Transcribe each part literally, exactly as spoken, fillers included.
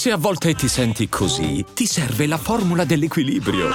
Se a volte ti senti così, ti serve la formula dell'equilibrio.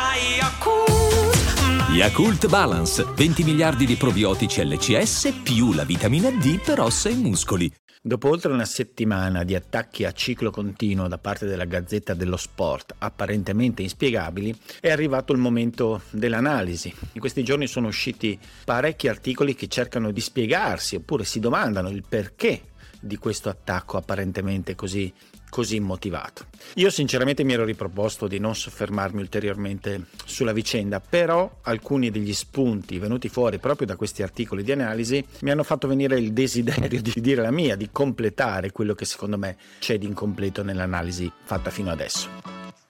Yakult Balance, venti miliardi di probiotici L C S più la vitamina D per ossa e muscoli. Dopo oltre una settimana di attacchi a ciclo continuo da parte della Gazzetta dello Sport, apparentemente inspiegabili, è arrivato il momento dell'analisi. In questi giorni sono usciti parecchi articoli che cercano di spiegarsi oppure si domandano il perché di questo attacco apparentemente così così immotivato. Io sinceramente mi ero riproposto di non soffermarmi ulteriormente sulla vicenda, però alcuni degli spunti venuti fuori proprio da questi articoli di analisi mi hanno fatto venire il desiderio di dire la mia, di completare quello che secondo me c'è di incompleto nell'analisi fatta fino adesso.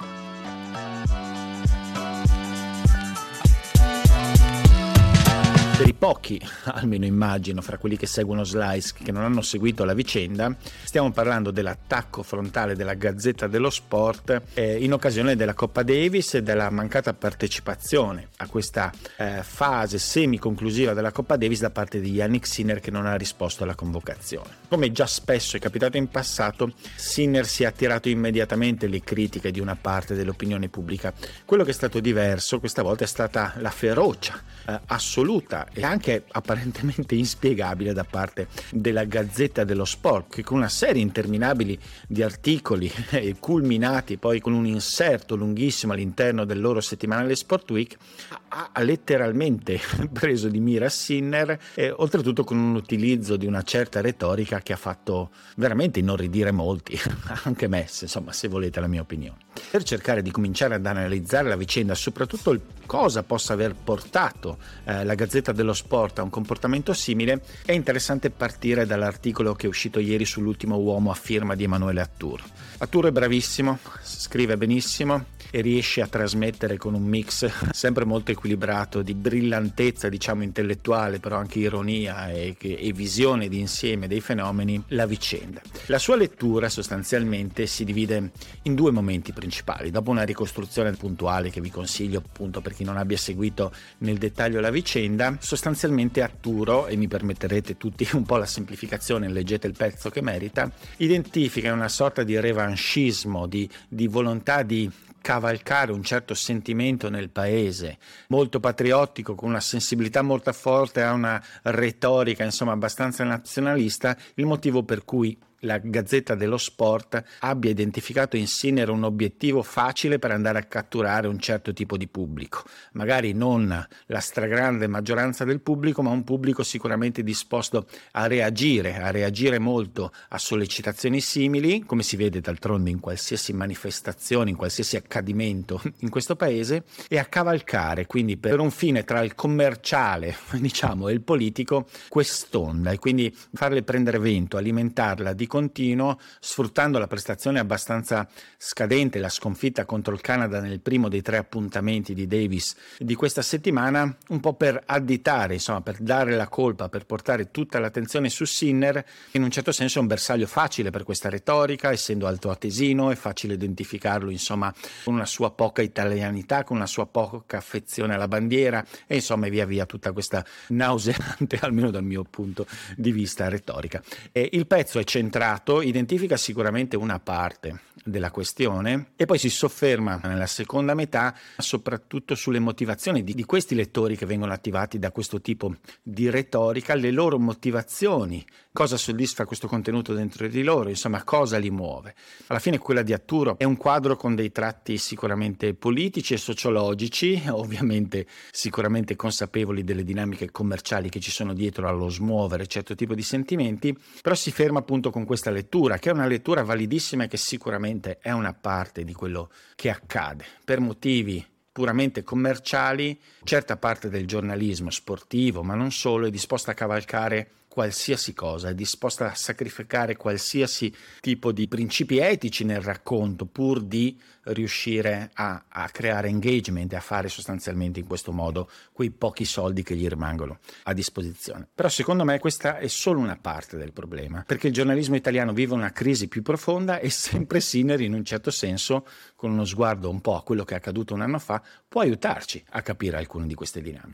Per i pochi, almeno immagino, fra quelli che seguono Slice che non hanno seguito la vicenda, stiamo parlando dell'attacco frontale della Gazzetta dello Sport eh, in occasione della Coppa Davis e della mancata partecipazione a questa eh, fase semi-conclusiva della Coppa Davis da parte di Jannik Sinner, che non ha risposto alla convocazione. Come già spesso è capitato in passato, Sinner si è attirato immediatamente le critiche di una parte dell'opinione pubblica. Quello che è stato diverso questa volta è stata la ferocia eh, assoluta e anche apparentemente inspiegabile da parte della Gazzetta dello Sport, che con una serie interminabili di articoli eh, culminati poi con un inserto lunghissimo all'interno del loro settimanale Sport Week ha, ha letteralmente preso di mira Sinner, e oltretutto con un utilizzo di una certa retorica che ha fatto veramente inorridire molti, anche me, se, insomma, se volete la mia opinione. Per cercare di cominciare ad analizzare la vicenda, soprattutto il cosa possa aver portato eh, la Gazzetta dello Sport a un comportamento simile, è interessante partire dall'articolo che è uscito ieri sull'ultimo uomo a firma di Emanuele Atturo. Atturo è bravissimo, scrive benissimo e riesce a trasmettere con un mix sempre molto equilibrato di brillantezza, diciamo, intellettuale, però anche ironia e, e visione di insieme dei fenomeni, la vicenda. La sua lettura sostanzialmente si divide in due momenti principali. Dopo una ricostruzione puntuale che vi consiglio appunto per chi non abbia seguito nel dettaglio la vicenda, sostanzialmente Atturo, e mi permetterete tutti un po' la semplificazione, leggete il pezzo che merita, identifica una sorta di revanchismo, di, di volontà di cavalcare un certo sentimento nel paese, molto patriottico, con una sensibilità molto forte, ha una retorica insomma abbastanza nazionalista, il motivo per cui la Gazzetta dello Sport abbia identificato in Sinner un obiettivo facile per andare a catturare un certo tipo di pubblico, magari non la stragrande maggioranza del pubblico, ma un pubblico sicuramente disposto a reagire, a reagire molto a sollecitazioni simili, come si vede d'altronde in qualsiasi manifestazione, in qualsiasi accadimento in questo paese, e a cavalcare quindi per un fine tra il commerciale, diciamo, e il politico quest'onda, e quindi farle prendere vento, alimentarla di continuo, sfruttando la prestazione abbastanza scadente, la sconfitta contro il Canada nel primo dei tre appuntamenti di Davis di questa settimana, un po' per additare, insomma, per dare la colpa, per portare tutta l'attenzione su Sinner. In un certo senso è un bersaglio facile per questa retorica, essendo altoatesino è facile identificarlo, insomma, con una sua poca italianità, con una sua poca affezione alla bandiera, e insomma via via tutta questa nauseante, almeno dal mio punto di vista, retorica. E il pezzo è centrato, identifica sicuramente una parte della questione e poi si sofferma nella seconda metà soprattutto sulle motivazioni di, di questi lettori che vengono attivati da questo tipo di retorica, le loro motivazioni, cosa soddisfa questo contenuto dentro di loro, insomma cosa li muove. Alla fine quella di Atturo è un quadro con dei tratti sicuramente politici e sociologici, ovviamente sicuramente consapevoli delle dinamiche commerciali che ci sono dietro allo smuovere certo tipo di sentimenti, però si ferma appunto con questa lettura, che è una lettura validissima e che sicuramente è una parte di quello che accade. Per motivi puramente commerciali, certa parte del giornalismo sportivo, ma non solo, è disposta a cavalcare qualsiasi cosa, è disposta a sacrificare qualsiasi tipo di principi etici nel racconto pur di riuscire a, a creare engagement e a fare sostanzialmente in questo modo quei pochi soldi che gli rimangono a disposizione. Però secondo me questa è solo una parte del problema, perché il giornalismo italiano vive una crisi più profonda e sempre Sinner, in un certo senso, con uno sguardo un po' a quello che è accaduto un anno fa, può aiutarci a capire alcune di queste dinamiche.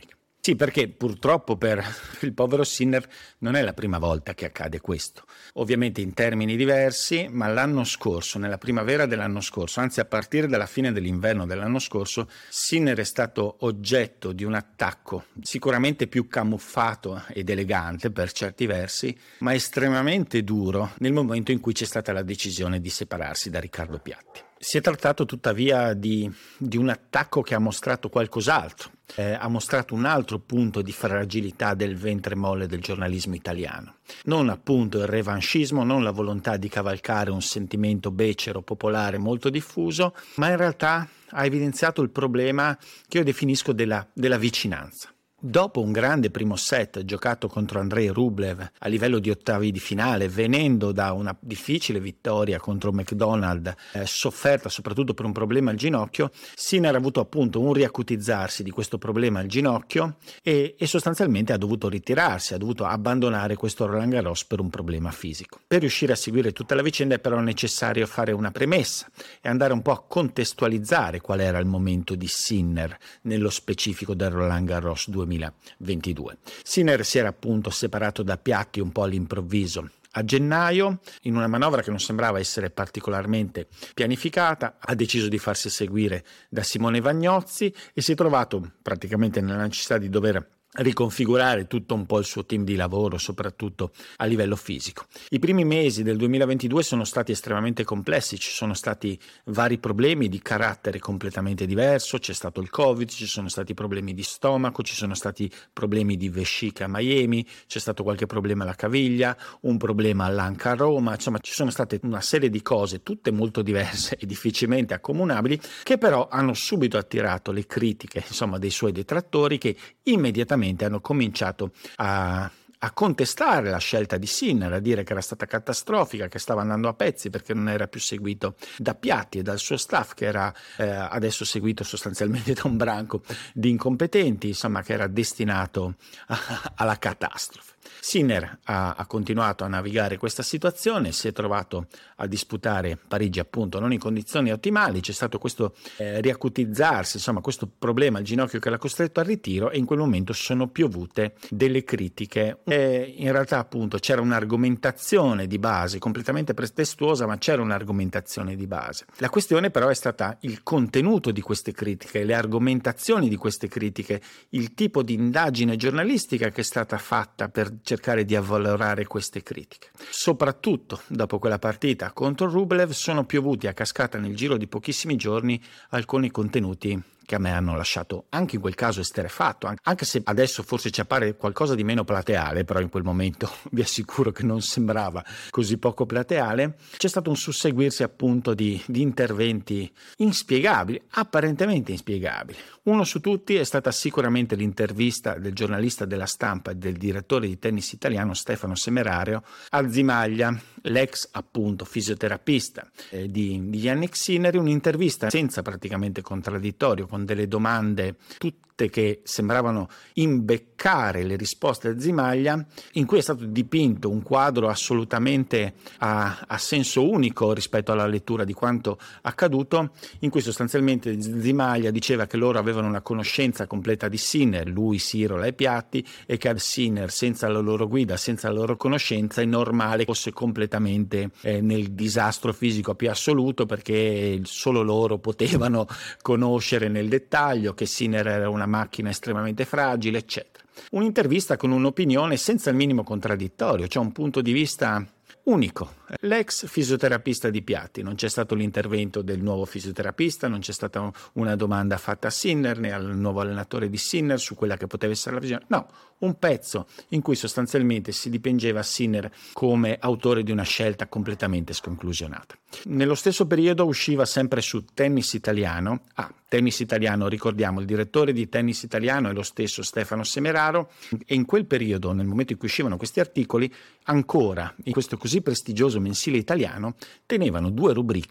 Sì, perché purtroppo per il povero Sinner non è la prima volta che accade questo. Ovviamente in termini diversi, ma l'anno scorso, nella primavera dell'anno scorso, anzi a partire dalla fine dell'inverno dell'anno scorso, Sinner è stato oggetto di un attacco sicuramente più camuffato ed elegante per certi versi, ma estremamente duro nel momento in cui c'è stata la decisione di separarsi da Riccardo Piatti. Si è trattato tuttavia di, di un attacco che ha mostrato qualcos'altro, eh, ha mostrato un altro punto di fragilità del ventre molle del giornalismo italiano. Non appunto il revanchismo, non la volontà di cavalcare un sentimento becero, popolare molto diffuso, ma in realtà ha evidenziato il problema che io definisco della, della vicinanza. Dopo un grande primo set giocato contro Andrei Rublev a livello di ottavi di finale, venendo da una difficile vittoria contro McDonald, eh, sofferta soprattutto per un problema al ginocchio, Sinner ha avuto appunto un riacutizzarsi di questo problema al ginocchio e, e sostanzialmente ha dovuto ritirarsi, ha dovuto abbandonare questo Roland Garros per un problema fisico. Per riuscire a seguire tutta la vicenda è però necessario fare una premessa e andare un po' a contestualizzare qual era il momento di Sinner nello specifico del Roland Garros duemilaventidue. Sinner si era appunto separato da Piatti un po' all'improvviso a gennaio, in una manovra che non sembrava essere particolarmente pianificata, ha deciso di farsi seguire da Simone Vagnozzi e si è trovato praticamente nella necessità di dover riconfigurare tutto un po' il suo team di lavoro, soprattutto a livello fisico. I primi mesi del duemilaventidue sono stati estremamente complessi, ci sono stati vari problemi di carattere completamente diverso, c'è stato il Covid, ci sono stati problemi di stomaco, ci sono stati problemi di vescica a Miami, c'è stato qualche problema alla caviglia, un problema all'anca a Roma, insomma ci sono state una serie di cose tutte molto diverse e difficilmente accomunabili, che però hanno subito attirato le critiche, insomma, dei suoi detrattori, che immediatamente hanno cominciato a, a contestare la scelta di Sinner, a dire che era stata catastrofica, che stava andando a pezzi perché non era più seguito da Piatti e dal suo staff, che era eh, adesso seguito sostanzialmente da un branco di incompetenti, insomma che era destinato a, alla catastrofe. Sinner ha, ha continuato a navigare questa situazione, si è trovato a disputare Parigi appunto non in condizioni ottimali, c'è stato questo eh, riacutizzarsi, insomma questo problema al ginocchio che l'ha costretto al ritiro e in quel momento sono piovute delle critiche. E in realtà appunto c'era un'argomentazione di base completamente pretestuosa, ma c'era un'argomentazione di base. La questione però è stata il contenuto di queste critiche, le argomentazioni di queste critiche, il tipo di indagine giornalistica che è stata fatta per cercare di avvalorare queste critiche. Soprattutto dopo quella partita contro Rublev sono piovuti a cascata nel giro di pochissimi giorni alcuni contenuti che a me hanno lasciato anche in quel caso esterrefatto, anche se adesso forse ci appare qualcosa di meno plateale, però in quel momento vi assicuro che non sembrava così poco plateale. C'è stato un susseguirsi appunto di, di interventi inspiegabili, apparentemente inspiegabili. Uno su tutti è stata sicuramente l'intervista del giornalista della Stampa e del direttore di tennis italiano Stefano Semeraro a Zimaglia, l'ex appunto fisioterapista eh, di, di Jannik Sinner, un'intervista senza praticamente contraddittorio, con delle domande tutte che sembravano imbeccare le risposte a Zimaglia, in cui è stato dipinto un quadro assolutamente a, a senso unico rispetto alla lettura di quanto accaduto, in cui sostanzialmente Zimaglia diceva che loro avevano una conoscenza completa di Sinner, lui, Sirola e Piatti, e che a Sinner senza la loro guida, senza la loro conoscenza, è normale fosse completamente eh, nel disastro fisico più assoluto, perché solo loro potevano conoscere nel dettaglio che Sinner era una macchina estremamente fragile, eccetera. Un'intervista con un'opinione senza il minimo contraddittorio, cioè un punto di vista unico. L'ex fisioterapista di Piatti, non c'è stato l'intervento del nuovo fisioterapista, non c'è stata una domanda fatta a Sinner né al nuovo allenatore di Sinner su quella che poteva essere la visione, no, un pezzo in cui sostanzialmente si dipingeva Sinner come autore di una scelta completamente sconclusionata. Nello stesso periodo usciva sempre su Tennis Italiano, ah, Tennis Italiano, ricordiamo, il direttore di Tennis Italiano è lo stesso Stefano Semeraro, e in quel periodo, nel momento in cui uscivano questi articoli, ancora in questo così prestigioso mensile italiano tenevano due rubriche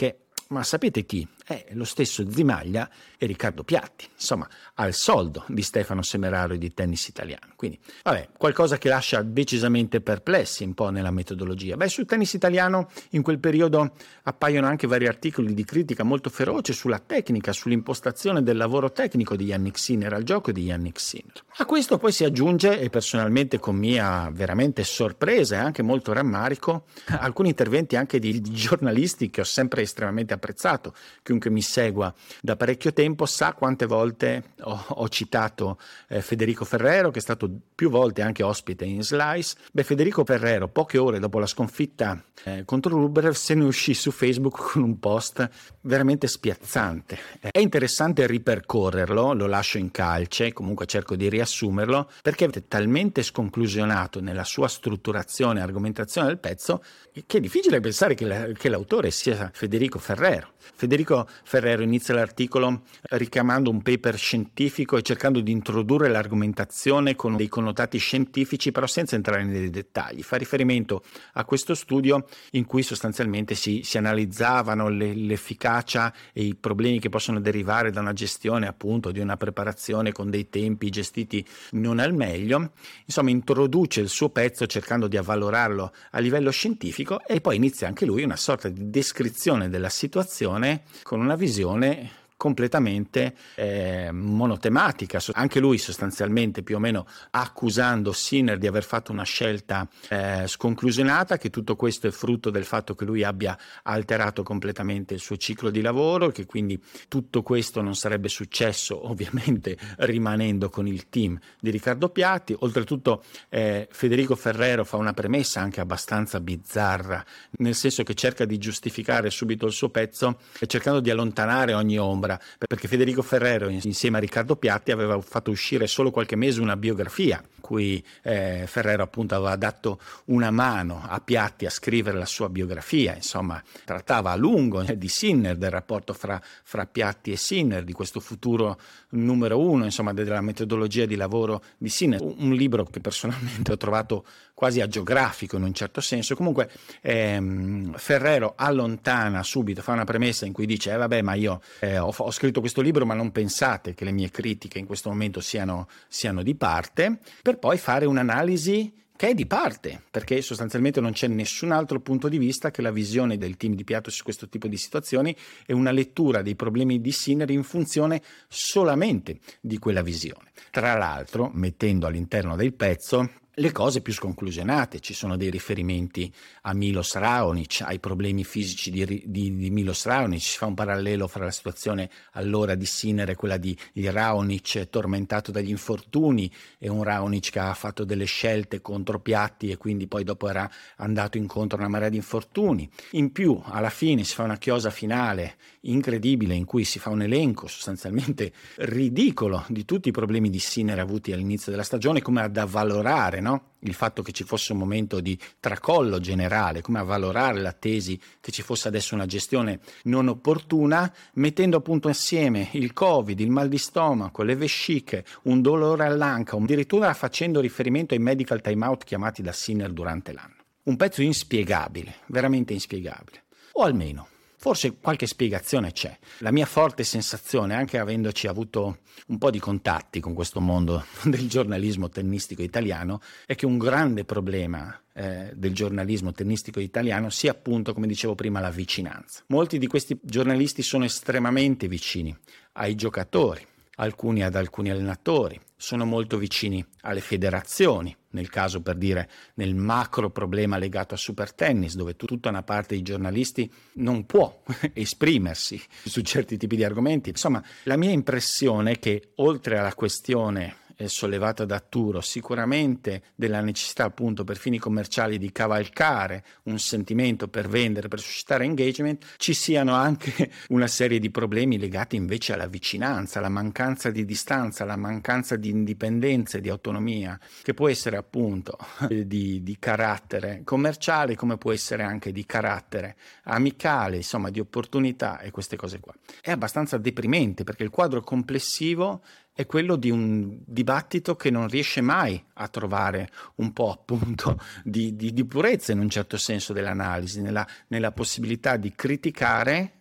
ma sapete chi? È lo stesso Zimaglia e Riccardo Piatti, insomma, al soldo di Stefano Semeraro e di Tennis Italiano. Quindi, vabbè, qualcosa che lascia decisamente perplessi un po' nella metodologia. Beh, sul Tennis Italiano in quel periodo appaiono anche vari articoli di critica molto feroce sulla tecnica, sull'impostazione del lavoro tecnico di Jannik Sinner, al gioco di Jannik Sinner. A questo poi si aggiunge, e personalmente con mia veramente sorpresa e anche molto rammarico, alcuni interventi anche di, di giornalisti che ho sempre estremamente apprezzato. Chiunque mi segua da parecchio tempo sa quante volte ho, ho citato eh, Federico Ferrero, che è stato più volte anche ospite in Slice. Beh, Federico Ferrero, poche ore dopo la sconfitta eh, contro Rublev, se ne uscì su Facebook con un post veramente spiazzante. È interessante ripercorrerlo, lo lascio in calce, comunque cerco di riassumerlo, perché è talmente sconclusionato nella sua strutturazione e argomentazione del pezzo che è difficile pensare che, la, che l'autore sia Federico Ferrero. Federico Ferrero inizia l'articolo richiamando un paper scientifico e cercando di introdurre l'argomentazione con dei connotati scientifici, però senza entrare nei dettagli. Fa riferimento a questo studio in cui sostanzialmente si, si analizzavano le, l'efficacia e i problemi che possono derivare da una gestione appunto di una preparazione con dei tempi gestiti non al meglio. Insomma, introduce il suo pezzo cercando di avvalorarlo a livello scientifico e poi inizia anche lui una sorta di descrizione della situazione con una visione completamente eh, monotematica, anche lui sostanzialmente più o meno accusando Sinner di aver fatto una scelta eh, sconclusionata, che tutto questo è frutto del fatto che lui abbia alterato completamente il suo ciclo di lavoro, che quindi tutto questo non sarebbe successo ovviamente rimanendo con il team di Riccardo Piatti. Oltretutto eh, Federico Ferrero fa una premessa anche abbastanza bizzarra, nel senso che cerca di giustificare subito il suo pezzo cercando di allontanare ogni ombra, perché Federico Ferrero insieme a Riccardo Piatti aveva fatto uscire solo qualche mese una biografia in cui eh, Ferrero appunto aveva dato una mano a Piatti a scrivere la sua biografia, insomma trattava a lungo di Sinner, del rapporto fra, fra Piatti e Sinner, di questo futuro numero uno, insomma della metodologia di lavoro di Sinner, un libro che personalmente ho trovato quasi agiografico in un certo senso. Comunque ehm, Ferrero allontana subito, fa una premessa in cui dice eh vabbè ma io eh, ho, ho scritto questo libro, ma non pensate che le mie critiche in questo momento siano, siano di parte, per poi fare un'analisi che è di parte, perché sostanzialmente non c'è nessun altro punto di vista che la visione del team di Piatti su questo tipo di situazioni e una lettura dei problemi di Sinner in funzione solamente di quella visione. Tra l'altro, mettendo all'interno del pezzo le cose più sconclusionate, ci sono dei riferimenti a Milos Raonic, ai problemi fisici di, di, di Milos Raonic, si fa un parallelo fra la situazione allora di Sinner e quella di, di Raonic tormentato dagli infortuni e un Raonic che ha fatto delle scelte contro Piatti e quindi poi dopo era andato incontro a una marea di infortuni. In più alla fine si fa una chiosa finale incredibile in cui si fa un elenco sostanzialmente ridicolo di tutti i problemi di Sinner avuti all'inizio della stagione, come ad avvalorare, no? Il fatto che ci fosse un momento di tracollo generale, come a valorare la tesi che ci fosse adesso una gestione non opportuna, mettendo appunto insieme il Covid, il mal di stomaco, le vesciche, un dolore all'anca, addirittura facendo riferimento ai medical timeout chiamati da Sinner durante l'anno. Un pezzo inspiegabile, veramente inspiegabile, o almeno forse qualche spiegazione c'è. La mia forte sensazione, anche avendoci avuto un po' di contatti con questo mondo del giornalismo tennistico italiano, è che un grande problema eh, del giornalismo tennistico italiano sia appunto, come dicevo prima, la vicinanza. Molti di questi giornalisti sono estremamente vicini ai giocatori, alcuni ad alcuni allenatori, sono molto vicini alle federazioni, nel caso per dire nel macro problema legato a Super Tennis, dove tutta una parte dei giornalisti non può esprimersi su certi tipi di argomenti. Insomma, la mia impressione è che oltre alla questione sollevata da Arturo, sicuramente della necessità appunto per fini commerciali di cavalcare un sentimento per vendere, per suscitare engagement, ci siano anche una serie di problemi legati invece alla vicinanza, alla mancanza di distanza, alla mancanza di indipendenza e di autonomia, che può essere appunto di, di carattere commerciale, come può essere anche di carattere amicale, insomma di opportunità e queste cose qua. È abbastanza deprimente perché il quadro complessivo è quello di un dibattito che non riesce mai a trovare un po' appunto di, di, di purezza in un certo senso dell'analisi, nella, nella possibilità di criticare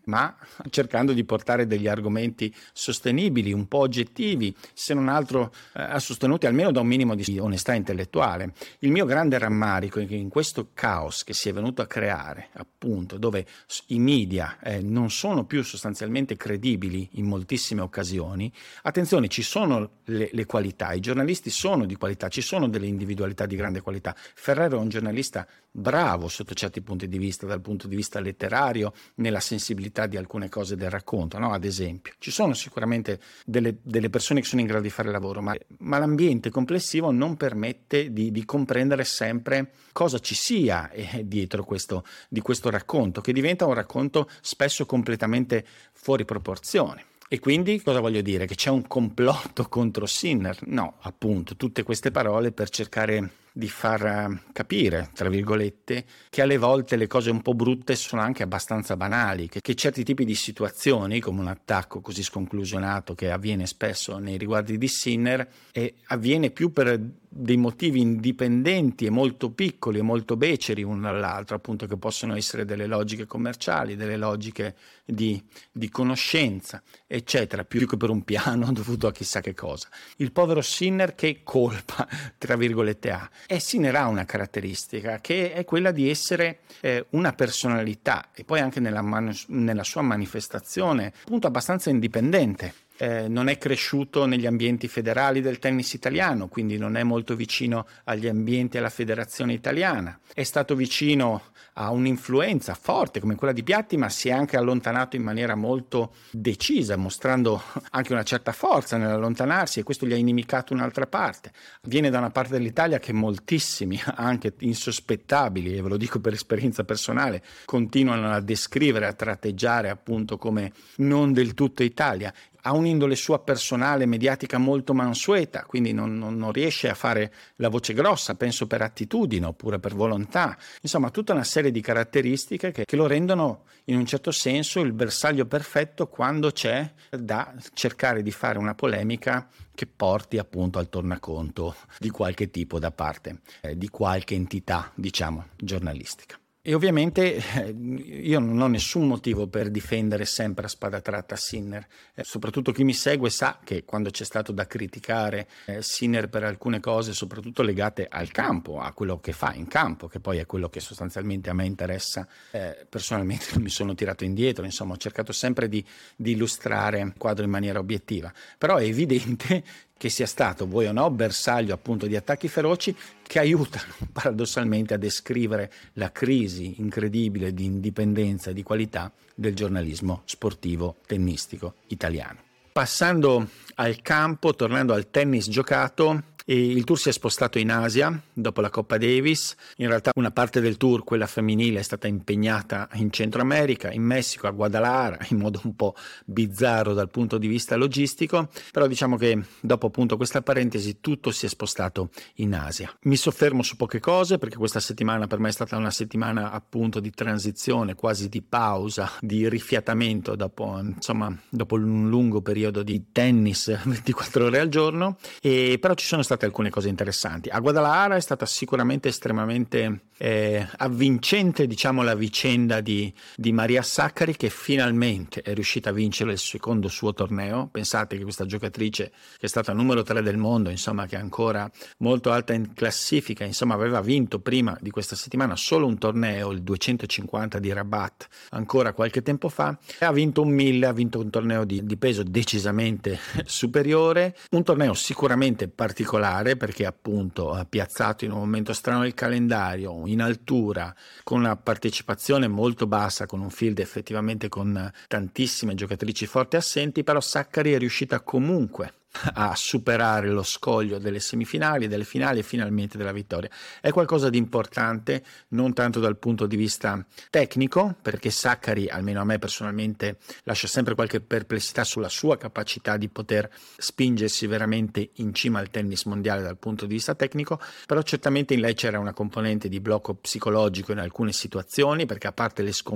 ma cercando di portare degli argomenti sostenibili, un po' oggettivi, se non altro eh, sostenuti almeno da un minimo di onestà intellettuale. Il mio grande rammarico è che in questo caos che si è venuto a creare, appunto, dove i media eh, non sono più sostanzialmente credibili in moltissime occasioni, attenzione, ci sono le, le qualità, i giornalisti sono di qualità, ci sono delle individualità di grande qualità. Ferrero è un giornalista bravo sotto certi punti di vista, dal punto di vista letterario, nella sensibilità di alcune cose del racconto, no? Ad esempio, ci sono sicuramente delle, delle persone che sono in grado di fare il lavoro, ma, ma l'ambiente complessivo non permette di, di comprendere sempre cosa ci sia eh, dietro questo, di questo racconto, che diventa un racconto spesso completamente fuori proporzione. E quindi cosa voglio dire? Che c'è un complotto contro Sinner? No, appunto, tutte queste parole per cercare di far capire, tra virgolette, che alle volte le cose un po' brutte sono anche abbastanza banali, che, che certi tipi di situazioni, come un attacco così sconclusionato che avviene spesso nei riguardi di Sinner, e avviene più per dei motivi indipendenti e molto piccoli e molto beceri uno dall'altro, appunto, che possono essere delle logiche commerciali, delle logiche di, di conoscenza, eccetera, più che per un piano dovuto a chissà che cosa. Il povero Sinner che colpa, tra virgolette, ha? E Sinner ha una caratteristica che è quella di essere eh, una personalità, e poi anche nella, man- nella sua manifestazione, appunto, abbastanza indipendente. Eh, non è cresciuto negli ambienti federali del tennis italiano, quindi non è molto vicino agli ambienti alla federazione italiana. È stato vicino a un'influenza forte come quella di Piatti, ma si è anche allontanato in maniera molto decisa, mostrando anche una certa forza nell'allontanarsi, e questo gli ha inimicato un'altra parte. Viene da una parte dell'Italia che moltissimi, anche insospettabili, e ve lo dico per esperienza personale, continuano a descrivere, a tratteggiare appunto come non del tutto Italia. Ha un'indole sua personale, mediatica molto mansueta, quindi non, non, non riesce a fare la voce grossa, penso per attitudine oppure per volontà. Insomma, tutta una serie di caratteristiche che, che lo rendono in un certo senso il bersaglio perfetto quando c'è da cercare di fare una polemica che porti appunto al tornaconto di qualche tipo da parte eh, di qualche entità, diciamo, giornalistica. E ovviamente eh, io non ho nessun motivo per difendere sempre a spada tratta Sinner, eh, soprattutto chi mi segue sa che quando c'è stato da criticare eh, Sinner per alcune cose, soprattutto legate al campo, a quello che fa in campo, che poi è quello che sostanzialmente a me interessa, eh, personalmente non mi sono tirato indietro, insomma ho cercato sempre di, di illustrare il quadro in maniera obiettiva, però è evidente che sia stato, vuoi o no, bersaglio appunto di attacchi feroci che aiutano paradossalmente a descrivere la crisi incredibile di indipendenza e di qualità del giornalismo sportivo tennistico italiano. Passando al campo, tornando al tennis giocato, e il tour si è spostato in Asia dopo la Coppa Davis. In realtà una parte del tour, quella femminile, è stata impegnata in Centro America, in Messico, a Guadalajara, in modo un po' bizzarro dal punto di vista logistico, però diciamo che dopo appunto questa parentesi tutto si è spostato in Asia. Mi soffermo su poche cose perché questa settimana per me è stata una settimana appunto di transizione, quasi di pausa, di rifiatamento dopo insomma dopo un lungo periodo di tennis ventiquattro ore al giorno, e però ci sono state alcune cose interessanti. A Guadalajara è stata sicuramente estremamente eh, avvincente, diciamo, la vicenda di, di Maria Sakkari, che finalmente è riuscita a vincere il secondo suo torneo. Pensate che questa giocatrice, che è stata numero tre del mondo, insomma, che è ancora molto alta in classifica, insomma aveva vinto prima di questa settimana solo un torneo, il duecentocinquanta di Rabat, ancora qualche tempo fa, e ha vinto un mille, ha vinto un torneo di, di peso decisamente superiore, un torneo sicuramente particolare perché appunto ha piazzato in un momento strano del calendario, in altura, con una partecipazione molto bassa, con un field effettivamente con tantissime giocatrici forti assenti, però Sakkari è riuscita comunque a superare lo scoglio delle semifinali, delle finali e finalmente della vittoria. È qualcosa di importante, non tanto dal punto di vista tecnico, perché Sakkari, almeno a me personalmente, lascia sempre qualche perplessità sulla sua capacità di poter spingersi veramente in cima al tennis mondiale dal punto di vista tecnico, però certamente in lei c'era una componente di blocco psicologico in alcune situazioni, perché a parte le sconfitte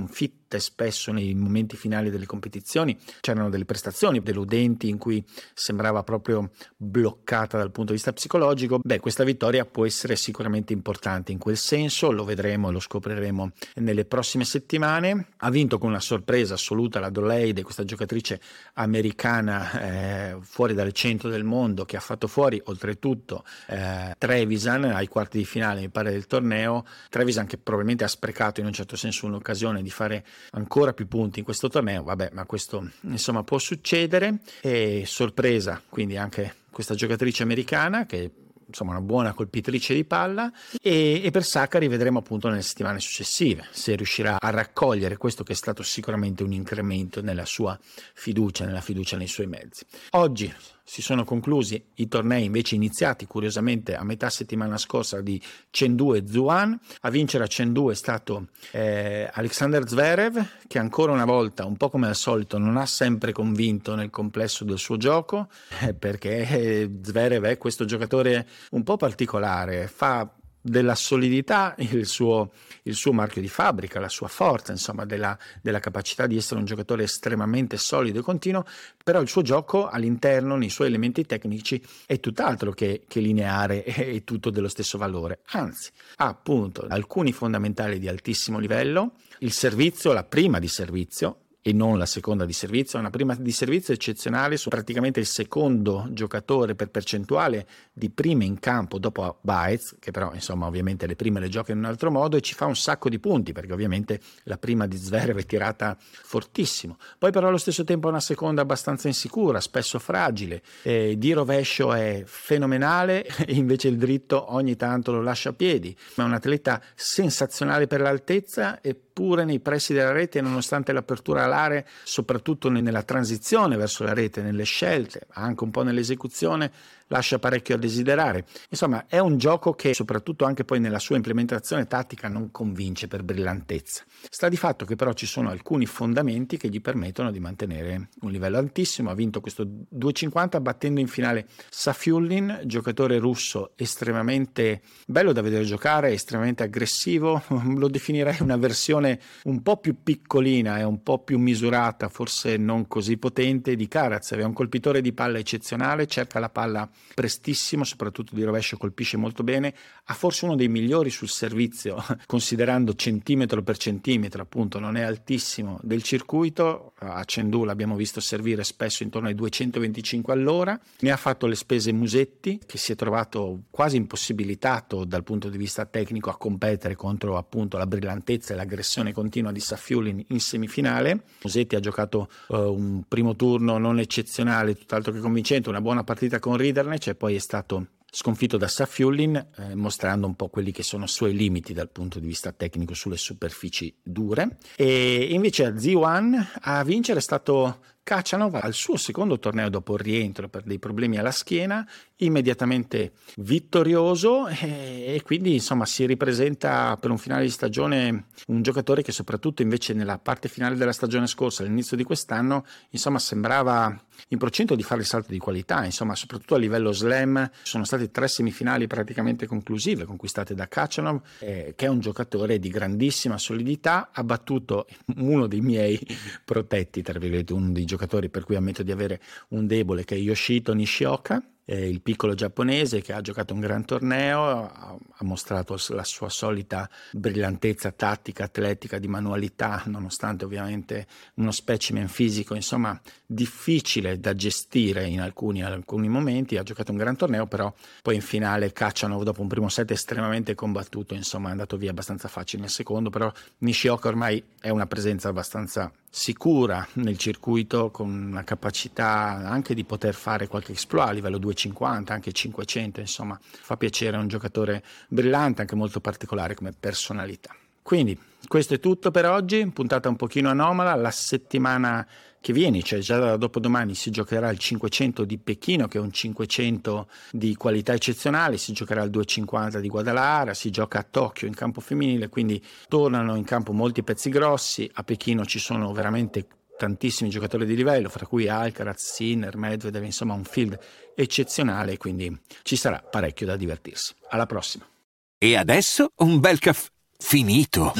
sconfitte spesso nei momenti finali delle competizioni, c'erano delle prestazioni deludenti in cui sembrava proprio bloccata dal punto di vista psicologico. Beh, questa vittoria può essere sicuramente importante in quel senso, lo vedremo e lo scopriremo nelle prossime settimane. Ha vinto con una sorpresa assoluta la Adelaide, questa giocatrice americana eh, fuori dalle cento del mondo, che ha fatto fuori oltretutto eh, Trevisan ai quarti di finale mi pare del torneo. Trevisan che probabilmente ha sprecato in un certo senso un'occasione di fare ancora più punti in questo torneo, vabbè, ma questo insomma può succedere. E sorpresa quindi anche questa giocatrice americana che insomma una buona colpitrice di palla, e, e per Sakkari vedremo appunto nelle settimane successive se riuscirà a raccogliere questo che è stato sicuramente un incremento nella sua fiducia, nella fiducia nei suoi mezzi. Oggi si sono conclusi i tornei invece iniziati curiosamente a metà settimana scorsa di Chengdu e Zhuan. A vincere a Chengdu è stato eh, Alexander Zverev, che ancora una volta, un po' come al solito, non ha sempre convinto nel complesso del suo gioco, eh, perché eh, Zverev è questo giocatore un po' particolare, fa della solidità il suo, il suo marchio di fabbrica, la sua forza, insomma, della, della capacità di essere un giocatore estremamente solido e continuo, però il suo gioco all'interno, nei suoi elementi tecnici, è tutt'altro che, che lineare e tutto dello stesso valore, anzi ha appunto alcuni fondamentali di altissimo livello, il servizio, la prima di servizio, e non la seconda di servizio, una prima di servizio eccezionale, sono praticamente il secondo giocatore per percentuale di prime in campo dopo Baez, che però insomma ovviamente le prime le gioca in un altro modo e ci fa un sacco di punti, perché ovviamente la prima di Zverev è tirata fortissimo, poi però allo stesso tempo è una seconda abbastanza insicura, spesso fragile, eh, di rovescio è fenomenale e invece il dritto ogni tanto lo lascia a piedi, ma è un atleta sensazionale per l'altezza, eppure nei pressi della rete, nonostante l'apertura all'area, soprattutto nella transizione verso la rete, nelle scelte, anche un po' nell'esecuzione, lascia parecchio a desiderare. Insomma, è un gioco che soprattutto anche poi nella sua implementazione tattica non convince per brillantezza. Sta di fatto che però ci sono alcuni fondamenti che gli permettono di mantenere un livello altissimo. Ha vinto questo due cinquanta battendo in finale Safiullin, giocatore russo estremamente bello da vedere giocare, estremamente aggressivo, lo definirei una versione un po' più piccolina e un po' più misurata, forse non così potente, di Karatsev. È un colpitore di palla eccezionale, cerca la palla prestissimo, soprattutto di rovescio colpisce molto bene, ha forse uno dei migliori sul servizio, considerando centimetro per centimetro, appunto non è altissimo, del circuito. A Chengdu l'abbiamo visto servire spesso intorno ai duecentoventicinque all'ora, ne ha fatto le spese Musetti, che si è trovato quasi impossibilitato dal punto di vista tecnico a competere contro appunto la brillantezza e l'aggressione continua di Safiullin in semifinale. Musetti ha giocato uh, un primo turno non eccezionale, tutt'altro che convincente, una buona partita con Ridderlech, e poi è stato sconfitto da Safiullin, eh, mostrando un po' quelli che sono i suoi limiti dal punto di vista tecnico sulle superfici dure. E invece a Zhuan a vincere è stato Khachanov al suo secondo torneo dopo il rientro per dei problemi alla schiena, immediatamente vittorioso, e, e quindi insomma si ripresenta per un finale di stagione un giocatore che soprattutto invece nella parte finale della stagione scorsa, all'inizio di quest'anno, insomma sembrava in procinto di fare il salto di qualità, insomma soprattutto a livello slam. Sono state tre semifinali praticamente conclusive conquistate da Khachanov, eh, che è un giocatore di grandissima solidità, ha battuto uno dei miei protetti, tra virgolette, uno dei giocatori per cui ammetto di avere un debole, che è Yoshito Nishioka, eh, il piccolo giapponese che ha giocato un gran torneo, ha, ha mostrato la sua solita brillantezza tattica, atletica, di manualità, nonostante ovviamente uno specimen fisico insomma difficile da gestire in alcuni, in alcuni momenti. Ha giocato un gran torneo, però poi in finale Khachanov dopo un primo set estremamente combattuto insomma è andato via abbastanza facile nel secondo, però Nishioka ormai è una presenza abbastanza sicura nel circuito, con una capacità anche di poter fare qualche exploit a livello duecentocinquanta, anche cinquecento, insomma fa piacere, è un giocatore brillante, anche molto particolare come personalità. Quindi questo è tutto per oggi, puntata un pochino anomala. La settimana che viene, cioè già da dopodomani, si giocherà il cinquecento di Pechino, che è un cinquecento di qualità eccezionale, si giocherà il duecentocinquanta di Guadalajara, si gioca a Tokyo in campo femminile, quindi tornano in campo molti pezzi grossi. A Pechino ci sono veramente tantissimi giocatori di livello, fra cui Alcaraz, Sinner, Medvedev, insomma un field eccezionale, quindi ci sarà parecchio da divertirsi. Alla prossima. E adesso un bel caffè finito.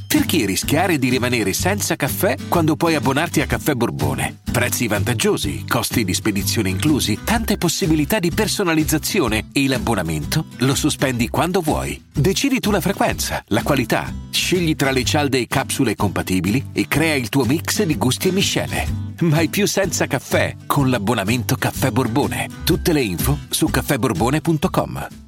Perché rischiare di rimanere senza caffè quando puoi abbonarti a Caffè Borbone? Prezzi vantaggiosi, costi di spedizione inclusi, tante possibilità di personalizzazione e l'abbonamento lo sospendi quando vuoi. Decidi tu la frequenza, la qualità, scegli tra le cialde e capsule compatibili e crea il tuo mix di gusti e miscele. Mai più senza caffè con l'abbonamento Caffè Borbone. Tutte le info su caffè borbone punto com.